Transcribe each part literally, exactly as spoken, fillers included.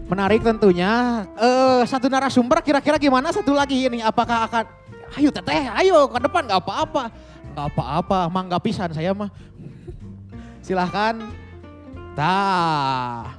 Menarik tentunya. Eh, satu narasumber kira-kira gimana satu lagi ini? Apakah akan, ayo teteh, ayo ke depan gak apa-apa. Gak apa-apa, mangga pisan saya mah. Silahkan. Tah.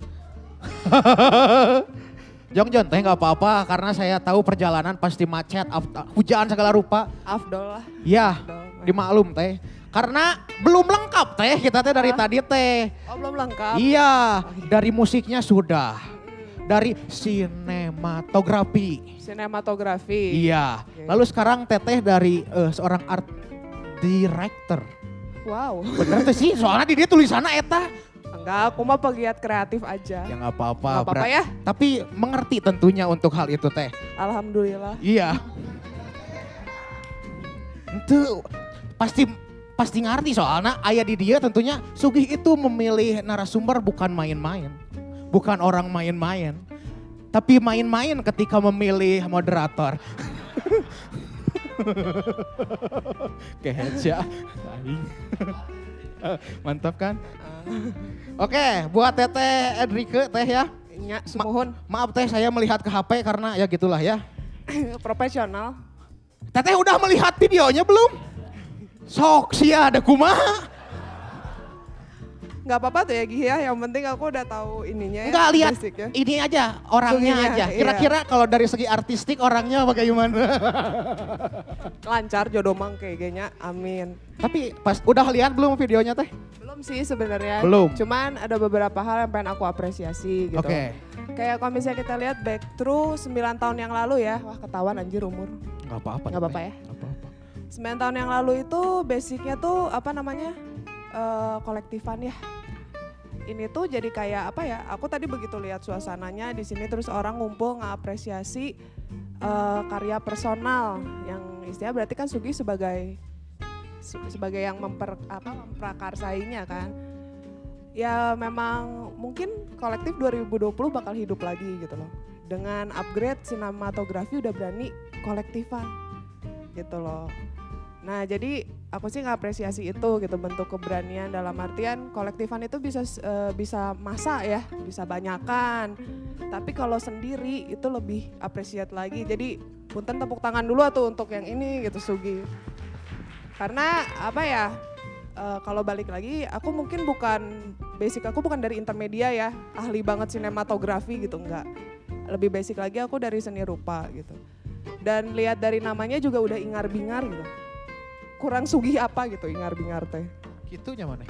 Jong Jon teh gak apa-apa karena saya tahu perjalanan pasti macet, hujan segala rupa. Afdol lah. Ya, dimaklum teh. Karena belum lengkap teh kita teh dari Hah? tadi teh. Oh belum lengkap? Iya, dari musiknya sudah. Dari sinematografi. Sinematografi. Iya. Oke. Lalu sekarang teteh dari eh, seorang art director. Wow. Bener tuh sih, soalnya di dia tulisannya eta. Enggak, aku mah pegiat kreatif aja. Ya nggak apa-apa. Nggak apa-apa berat- ya. Tapi mengerti tentunya untuk hal itu teh. Alhamdulillah. Iya. Itu pasti pasti ngerti soalnya ayah di dia tentunya Sugih itu memilih narasumber bukan main-main. Bukan orang main-main. Tapi main-main ketika memilih moderator. Keheja. Mantap kan? Oke, buat Teteh Edrike teh ya. Nya, sumohon. Maaf teh saya melihat ke H P karena ya gitulah ya. Profesional. Teteh udah melihat videonya belum? Sok sia ada kumaha. Nggak apa-apa tuh ya Gih ya, yang penting aku udah tahu ininya ya. Enggak lihat basic ya. ini aja, orangnya Suginya, aja. iya. Kira-kira kalau dari segi artistik orangnya bagaimana? Lancar jodoh mang kayaknya, amin. Tapi pas udah lihat belum videonya teh? Belum sih sebenarnya. Belum. Cuman ada beberapa hal yang pengen aku apresiasi gitu. Oke. Kayak kalau misalnya kita lihat back through sembilan tahun yang lalu ya. Wah ketahuan anjir umur. Enggak apa-apa. Nggak apa-apa ya. Enggak apa-apa. sembilan tahun yang lalu itu basicnya tuh apa namanya eh, kolektifan ya. Ini tuh jadi kayak apa ya? Aku tadi begitu lihat suasananya di sini terus orang ngumpul ngapresiasi eh, karya personal yang istilahnya berarti kan Sugi sebagai se- sebagai yang memper apa memprakarsainya kan. Ya memang mungkin kolektif dua ribu dua puluh bakal hidup lagi gitu loh. Dengan upgrade sinematografi udah berani kolektifan gitu loh. Nah jadi aku sih ngapresiasi itu gitu bentuk keberanian dalam artian kolektifan itu bisa eh, bisa masa ya, bisa banyakan. Tapi kalau sendiri itu lebih apresiat lagi. Jadi punten tepuk tangan dulu tuh untuk yang ini gitu Sugi. Karena apa ya, eh, kalau balik lagi aku mungkin bukan, basic aku bukan dari intermedia ya, ahli banget sinematografi gitu enggak. Lebih basic lagi aku dari seni rupa gitu. Dan lihat dari namanya juga udah ingar-bingar gitu. Kurang Sugih apa gitu ingar-bingar teh. Gitunya mana?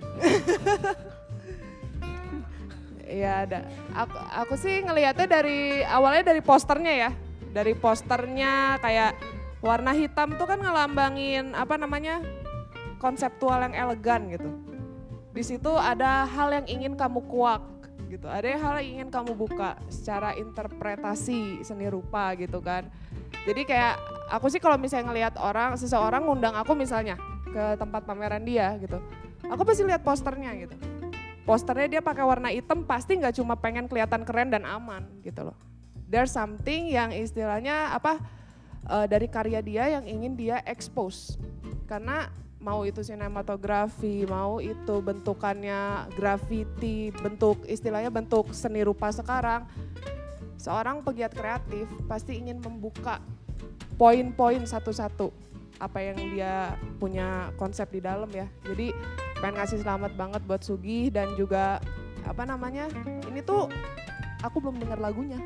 Iya ada. Aku, aku sih ngelihatnya dari awalnya dari posternya ya. Dari posternya kayak warna hitam tuh kan ngelambangin apa namanya konseptual yang elegan gitu. Di situ ada hal yang ingin kamu kuak gitu. Ada hal yang ingin kamu buka secara interpretasi seni rupa gitu kan. Jadi kayak aku sih kalau misalnya ngelihat orang, seseorang ngundang aku misalnya ke tempat pameran dia gitu. Aku pasti lihat posternya gitu. Posternya dia pakai warna hitam pasti nggak cuma pengen kelihatan keren dan aman gitu loh. There's something yang istilahnya apa uh, dari karya dia yang ingin dia expose. Karena mau itu sinematografi, mau itu bentukannya graffiti, bentuk istilahnya bentuk seni rupa sekarang. Seorang pegiat kreatif pasti ingin membuka poin-poin satu-satu apa yang dia punya konsep di dalam ya. Jadi pengen ngasih selamat banget buat Sugi dan juga apa namanya ini tuh aku belum dengar lagunya.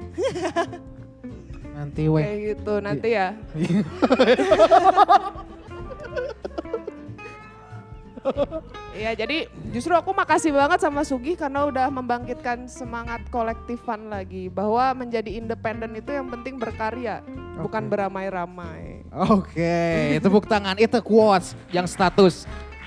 Nanti weh. Kayak gitu nanti ya. Iya jadi justru aku makasih banget sama Sugi karena udah membangkitkan semangat kolektifan lagi. Bahwa menjadi independen itu yang penting berkarya, okay. Bukan beramai-ramai. Oke, tepuk tangan, itu quotes yang status.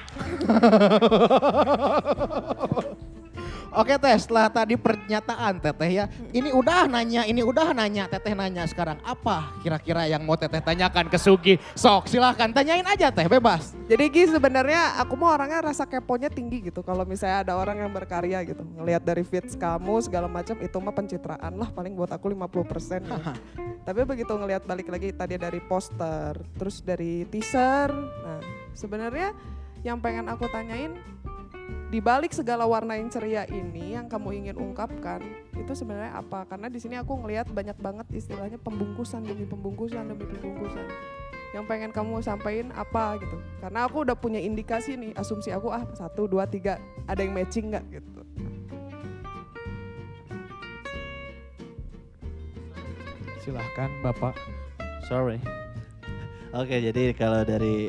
Oke Teh, setelah tadi pernyataan Teteh ya, ini udah nanya, ini udah nanya, Teteh nanya sekarang apa kira-kira yang mau Teteh tanyakan ke Sugi? Sok silahkan tanyain aja Teh, bebas. Jadi Gi sebenarnya aku mau orangnya rasa keponya tinggi gitu kalau misalnya ada orang yang berkarya gitu. Ngelihat dari feeds kamu segala macam itu mah pencitraan lah paling buat aku lima puluh persen. Ya. Tapi begitu ngelihat balik lagi tadi dari poster, terus dari teaser, nah sebenarnya yang pengen aku tanyain di balik segala warna yang ceria ini yang kamu ingin ungkapkan itu sebenarnya apa? Karena di sini aku ngelihat banyak banget istilahnya pembungkusan demi pembungkusan demi pembungkusan. Yang pengen kamu sampaikan apa gitu? Karena aku udah punya indikasi nih, asumsi aku ah satu dua tiga ada yang matching nggak gitu. Silahkan Bapak. Sorry. Oke, jadi kalau dari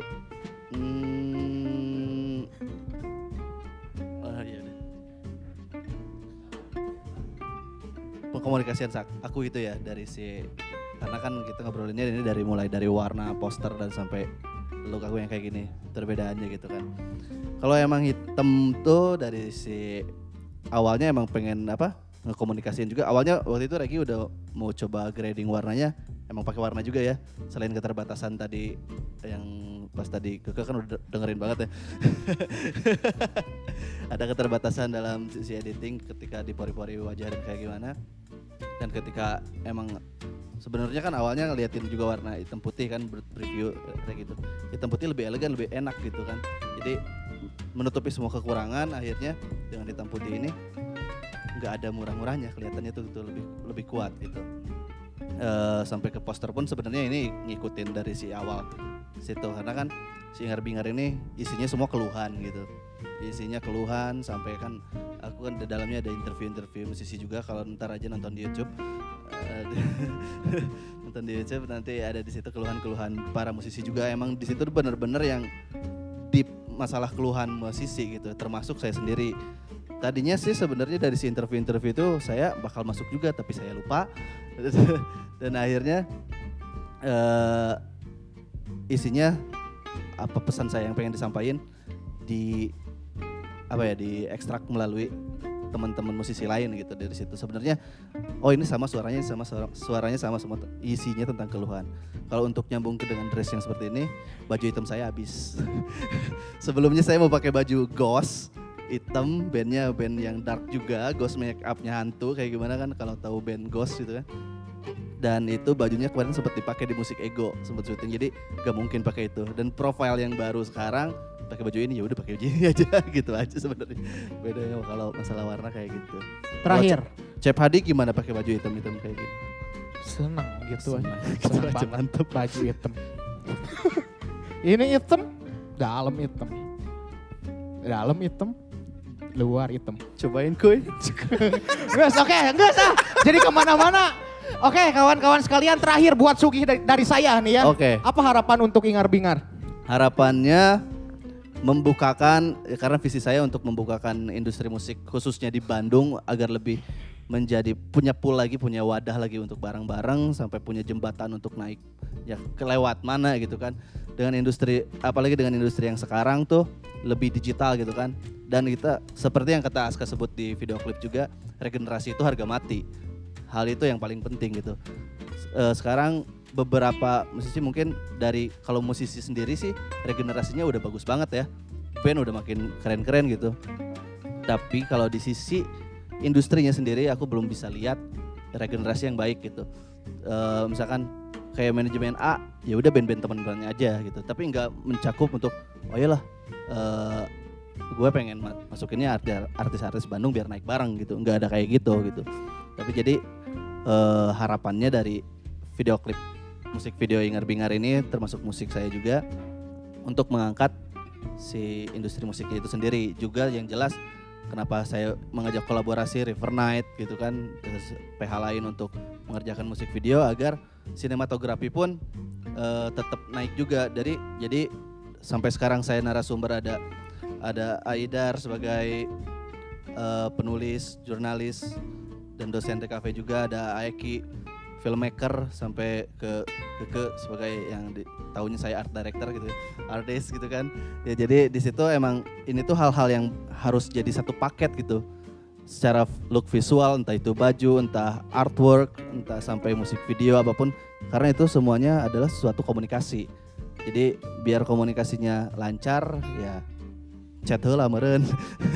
hmm, oh, iya deh. Pengkomunikasian aku itu ya dari si, karena kan kita ngobrolinnya ini dari mulai dari warna poster dan sampai look aku yang kayak gini, perbedaannya gitu kan. Kalau emang hitam tuh dari si awalnya emang pengen apa? Ngekomunikasiin juga. Awalnya waktu itu Regi udah mau coba grading warnanya, emang pakai warna juga ya. Selain keterbatasan tadi yang pas tadi Keke kan udah dengerin banget ya. Ada keterbatasan dalam sisi editing ketika di pori-pori wajah dan kayak gimana. Dan ketika emang sebenarnya kan awalnya ngeliatin juga warna hitam putih kan preview kayak gitu. Hitam putih lebih elegan, lebih enak gitu kan. Jadi menutupi semua kekurangan akhirnya dengan hitam putih ini nggak ada murah-murahnya, kelihatannya tuh, tuh lebih lebih kuat gitu. Uh, sampai ke poster pun sebenarnya ini ngikutin dari si awal situ karena kan si Ingar Bingar ini isinya semua keluhan gitu. Isinya keluhan sampai kan aku kan di dalamnya ada interview-interview musisi juga, kalau ntar aja nonton di YouTube. Uh, nonton di YouTube nanti ada di situ keluhan-keluhan para musisi juga, emang di situ bener-bener yang deep masalah keluhan musisi gitu, termasuk saya sendiri. Tadinya sih sebenarnya dari si interview-interview itu saya bakal masuk juga tapi saya lupa. Dan akhirnya uh, isinya apa pesan saya yang pengen disampaikan di apa ya di ekstrak melalui teman-teman musisi lain gitu dari situ. Sebenarnya oh ini sama suaranya sama suara, suaranya sama semua, isinya tentang keluhan. Kalau untuk nyambung ke dengan dress yang seperti ini, baju hitam saya habis. Sebelumnya saya mau pakai baju Ghost hitam, bandnya band yang dark juga, Ghost make up-nya hantu kayak gimana kan kalau tahu band Ghost gitu kan. Dan itu bajunya kemarin sempat dipakai di Musik Ego, sempat syuting, jadi gak mungkin pakai itu. Dan profile yang baru sekarang pakai baju ini, ya udah pakai baju ini aja gitu aja sebenarnya. Bedanya kalau masalah warna kayak gitu. Terakhir, Cep Hadi gimana pakai baju hitam-hitam kayak gitu? Senang gitu aja. Senang, gitu aja, Senang mantep. Baju hitam. Ini hitam, dalam hitam. Dalam hitam, luar hitam. Cobain kuy. Guys, oke, okay, enggak sah. Jadi kemana-mana. Oke, okay, kawan-kawan sekalian, terakhir buat Sugih dari, dari saya nih ya. Oke. Okay. Apa harapan untuk Ingar Bingar? Harapannya membukakan, ya karena visi saya untuk membukakan industri musik khususnya di Bandung agar lebih menjadi punya pool lagi, punya wadah lagi untuk bareng-bareng sampai punya jembatan untuk naik ya kelewat mana gitu kan. Dengan industri, apalagi dengan industri yang sekarang tuh lebih digital gitu kan. Dan kita seperti yang kata Aska sebut di video klip juga, regenerasi itu harga mati. Hal itu yang paling penting gitu. Sekarang beberapa musisi mungkin dari, kalau musisi sendiri sih regenerasinya udah bagus banget ya. Band udah makin keren-keren gitu. Tapi kalau di sisi industrinya sendiri aku belum bisa lihat regenerasi yang baik gitu. E, misalkan kayak manajemen A, ya udah band-band teman-temannya aja gitu. Tapi nggak mencakup untuk oh iyalah e, gue pengen masukinnya artis-artis Bandung biar naik bareng gitu. Nggak ada kayak gitu gitu. Tapi jadi e, harapannya dari video klip musik video Ingar Bingar ini termasuk musik saya juga untuk mengangkat si industri musiknya itu sendiri. Juga yang jelas kenapa saya mengajak kolaborasi River Night gitu kan, P H lain untuk mengerjakan musik video agar sinematografi pun uh, tetap naik juga. Dari jadi sampai sekarang saya narasumber ada ada Aidar sebagai uh, penulis, jurnalis dan dosen T K V juga, ada Aeki filmmaker sampai ke ke sebagai yang di, tahunya saya art director gitu, artist gitu kan. Ya jadi di situ emang ini tuh hal-hal yang harus jadi satu paket gitu. Secara look visual, entah itu baju, entah artwork, entah sampai musik video apapun, karena itu semuanya adalah suatu komunikasi. Jadi biar komunikasinya lancar ya chat heula meureun.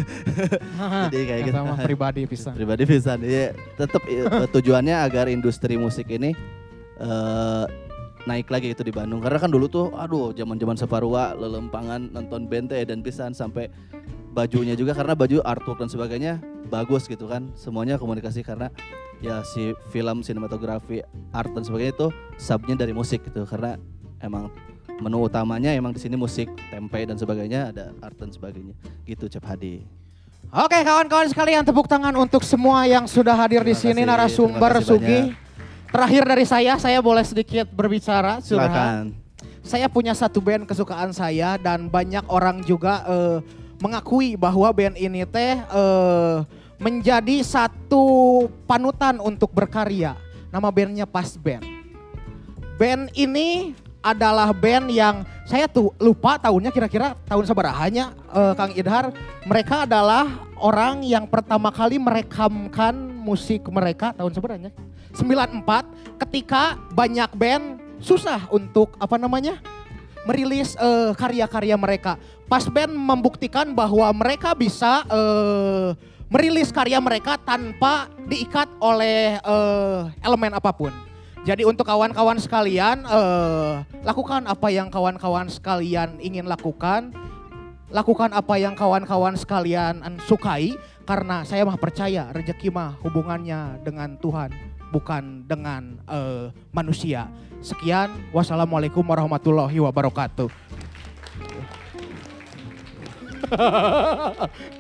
Jadi kayak gitu. Sama pribadi pisan. Pribadi pisan. Ya, tetap tujuannya agar industri musik ini uh, naik lagi itu di Bandung. Karena kan dulu tuh aduh zaman-zaman Saparua lelempangan nonton band teh dan pisan sampai bajunya juga karena baju artwork dan sebagainya bagus gitu kan. Semuanya komunikasi karena ya si film, sinematografi, art dan sebagainya itu subnya dari musik gitu karena emang menu utamanya emang di sini musik, tempe dan sebagainya, ada art dan sebagainya. Gitu Cep Hadi. Oke kawan-kawan sekalian, tepuk tangan untuk semua yang sudah hadir di sini, kasih, narasumber Sugih. Terakhir dari saya, saya boleh sedikit berbicara. Silakan. Saya punya satu band kesukaan saya dan banyak orang juga uh, mengakui bahwa band ini teh uh, menjadi satu panutan untuk berkarya. Nama bandnya Pas Band. Band ini adalah band yang saya tuh lupa tahunnya kira-kira tahun seberapanya uh, Kang Idhar. Mereka adalah orang yang pertama kali merekamkan musik mereka tahun seberapanya? sembilan empat ketika banyak band susah untuk apa namanya? merilis uh, karya-karya mereka. Pas Band membuktikan bahwa mereka bisa uh, merilis karya mereka tanpa diikat oleh uh, elemen apapun. Jadi untuk kawan-kawan sekalian, uh, lakukan apa yang kawan-kawan sekalian ingin lakukan. Lakukan apa yang kawan-kawan sekalian sukai. Karena saya mah percaya rezeki mah hubungannya dengan Tuhan, bukan dengan uh, manusia. Sekian, wassalamualaikum warahmatullahi wabarakatuh.